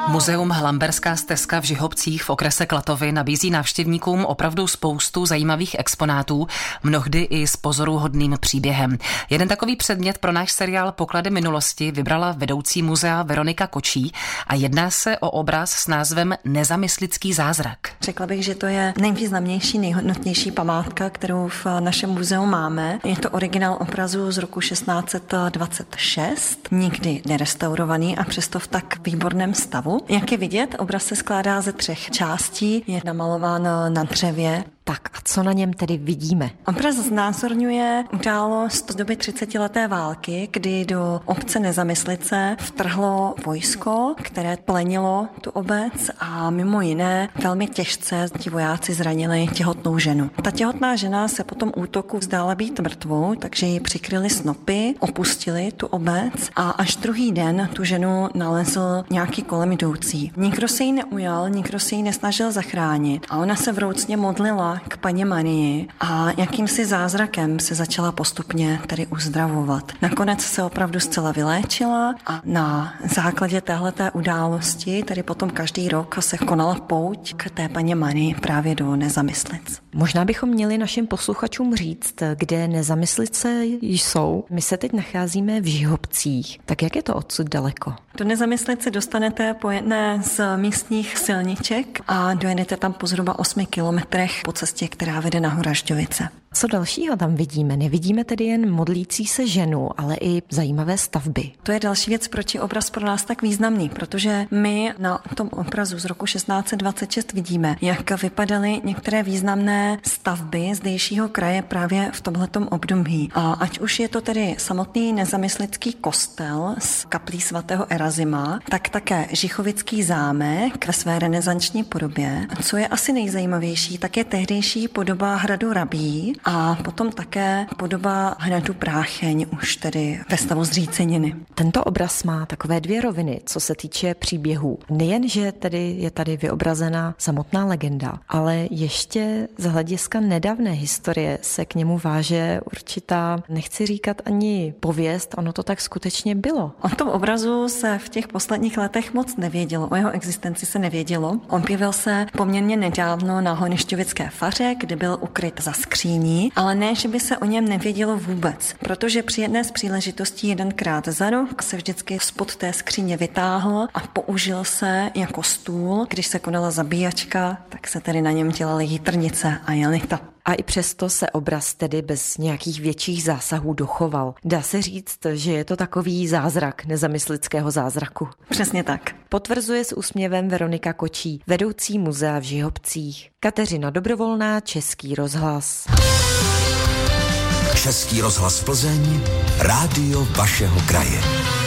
Muzeum Hlamberská stezka v Žihobcích v okrese Klatovy nabízí návštěvníkům opravdu spoustu zajímavých exponátů, mnohdy i s pozoruhodným příběhem. Jeden takový předmět pro náš seriál Poklady minulosti vybrala vedoucí muzea Veronika Kočí a jedná se o obraz s názvem Nezamyslický zázrak. Řekla bych, že to je nejvýznamnější, nejhodnotnější památka, kterou v našem muzeu máme. Je to originál obrazu z roku 1626, nikdy nerestaurovaný a přesto v tak výborném stavu. Jak je vidět, obraz se skládá ze 3 částí, je namalován na dřevě. Tak a co na něm tedy vidíme? Obraz znázorňuje událost z doby 30leté války, kdy do obce Nezamyslice vtrhlo vojsko, které plenilo tu obec a mimo jiné velmi těžce ti vojáci zranili těhotnou ženu. Ta těhotná žena se po tom útoku zdála být mrtvou, takže ji přikryli snopy, opustili tu obec a až druhý den tu ženu nalezl nějaký kolem jdoucí. Nikdo se jí neujal, nikdo se jí nesnažil zachránit a ona se vroucně modlila k Panně Marii a jakýmsi zázrakem se začala postupně tedy uzdravovat. Nakonec se opravdu zcela vyléčila a na základě téhleté události, tedy potom každý rok se konala pouť k té Panně Marii právě do Nezamyslic. Možná bychom měli našim posluchačům říct, kde Nezamyslice jsou. My se teď nacházíme v Žihobcích. Tak jak je to odsud daleko? Do Nezamyslice dostanete po jedné z místních silniček a dojedete tam po zhruba 8 kilometrech po cestě, která vede na Horažďovice. Co dalšího tam vidíme? Nevidíme tedy jen modlící se ženu, ale i zajímavé stavby. To je další věc, proč je obraz pro nás tak významný, protože my na tom obrazu z roku 1626 vidíme, jak vypadaly některé významné stavby zdejšího kraje právě v tomhletom období. A ať už je to tedy samotný nezamyslický kostel s kaplí svatého Erazima, tak také Žichovický zámek ve své renesanční podobě. Co je asi nejzajímavější, tak je tehdejší podoba hradu Rabí a potom také podoba hradu Prácheň, už tedy ve stavu zříceniny. Tento obraz má takové 2 roviny, co se týče příběhů. Nejen, že tedy je tady vyobrazena samotná legenda, ale ještě z hlediska nedávné historie se k němu váže určitá, nechci říkat ani pověst, ono to tak skutečně bylo. O tom obrazu se v těch posledních letech moc nevědělo, o jeho existenci se nevědělo. Objevil se poměrně nedávno na Honišťovické faře, kde byl ukryt za skříní, ale ne, že by se o něm nevědělo vůbec, protože při jedné z příležitostí jedenkrát za rok se vždycky spod té skříně vytáhl a použil se jako stůl. Když se konala zabíjačka, tak se tedy na něm dělaly jitrnice a jelita. A i přesto se obraz tedy bez nějakých větších zásahů dochoval. Dá se říct, že je to takový zázrak nezamyslického zázraku. Přesně tak. Potvrzuje s úsměvem Veronika Kočí, vedoucí muzea v Žihobcích. Kateřina Dobrovolná, Český rozhlas. Český rozhlas Plzeň, rádio vašeho kraje.